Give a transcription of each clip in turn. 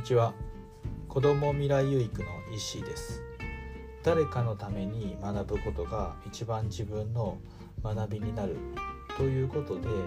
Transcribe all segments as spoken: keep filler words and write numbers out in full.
ちは。子ども未来有育の石井です。誰かのために学ぶことが一番自分の学びになるということで、うん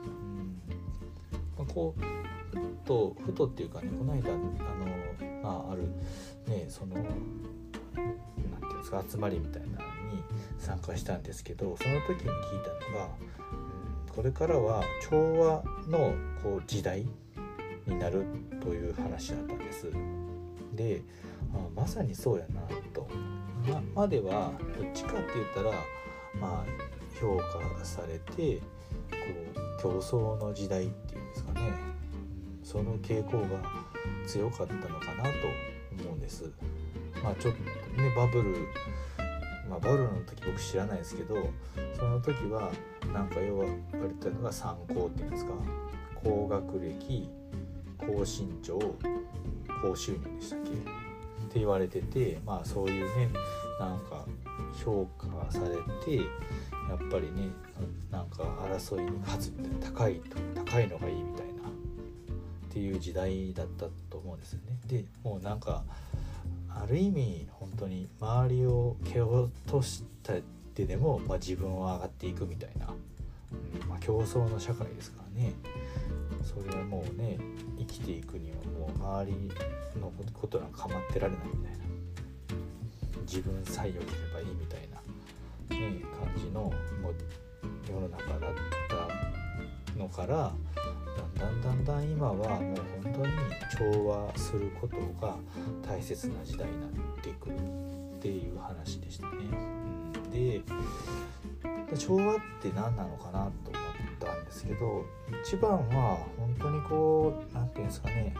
まあ、こうふとふとっていうかね、この間あの、まあ、あるねそのなんていうんですか集まりみたいなのに参加したんですけど、その時に聞いたのが、うん、これからは調和のこう時代になるという話だったんです。で、あまさにそうやなと。ままではどっちかって言ったら、まあ、評価されてこう競争の時代っていうんですかね、その傾向が強かったのかなと思うんです。まあちょっとねバブルまあバブルの時僕知らないですけど、その時はなんか要は言われたのが三高っていうんですか、高学歴、高身長、高収入でしたっけって言われてて、まあそういうねなんか評価されて、やっぱりねなんか争いに勝つみたいな、高いと高いのがいいみたいなっていう時代だったと思うんですよね。でもうなんかある意味本当に周りを蹴落としたってでも、まあ、自分は上がっていくみたいな、うんまあ、競争の社会ですからね。それはもうね生きていくにはもう周りのことなんか構ってられないみたいな、自分さえ良ければいいみたいな、ね、感じのもう世の中だったのから、だんだんだんだん今はもう本当に調和することが大切な時代になってくるっていう話でしたね。うん、で調和って何なのかなと思ったんですけど、一番は本当にこうなんていうんですかね、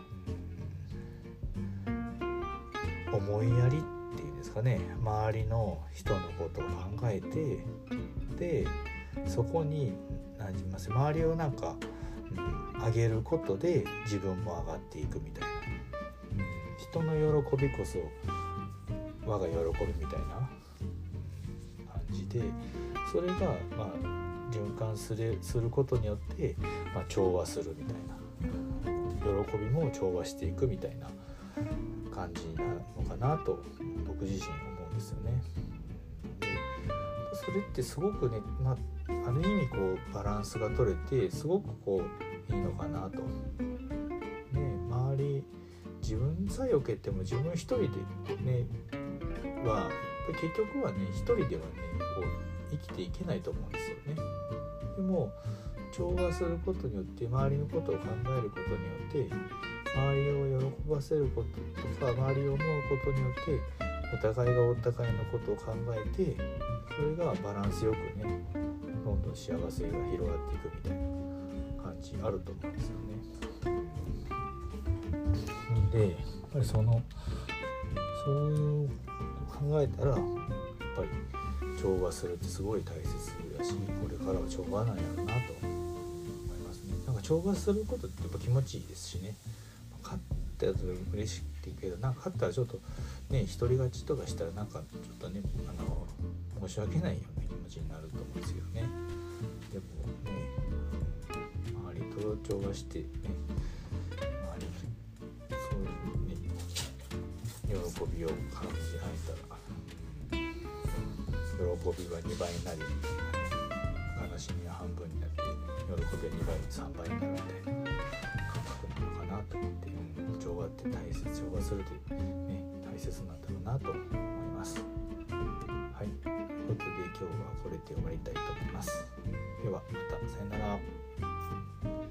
うん、思いやりっていうんですかね、周りの人のことを考えて、でそこに何て言います周りをなんか、うん、上げることで自分も上がっていくみたいな、うん、人の喜びこそ我が喜びみたいな感じで、それがまあ循環する、することによって、まあ、調和するみたいな、喜びも調和していくみたいな感じなのかなと僕自身思うんですよね。でそれってすごくね、まあ、ある意味こうバランスが取れてすごくこういいのかなと、ね、周り自分さえ良けても自分一人でねは結局はね一人ではねこう生きていけないと思うんですよね。でも調和することによって、周りのことを考えることによって、周りを喜ばせることとか周りを思うことによってお互いがお互いのことを考えて、それがバランスよくねどんどん幸せが広がっていくみたいな感じあると思うんですよね。でやっぱりそのそういう考えたらやっぱり調和するってすごい大切だし、これからは調和なんやろうなと思いますね。なんか調和することってやっぱ気持ちいいですしね、勝ったやつが嬉しいけど、なんか勝ったらちょっとね一人勝ちとかしたらなんかちょっとねあの申し訳ないような気持ちになると思うんですけどね。でもね周りと調和してね、周りそういうね喜びを感じ合えたら喜びはにばいになり、悲しみは半分になって喜びはにばいさんばいになるみたいな感覚なのかなと思って、うん、調和って大切、調和するってね大切なんだろうなと思います。はい、ということで今日はこれで終わりたいと思います。ではまたさよなら。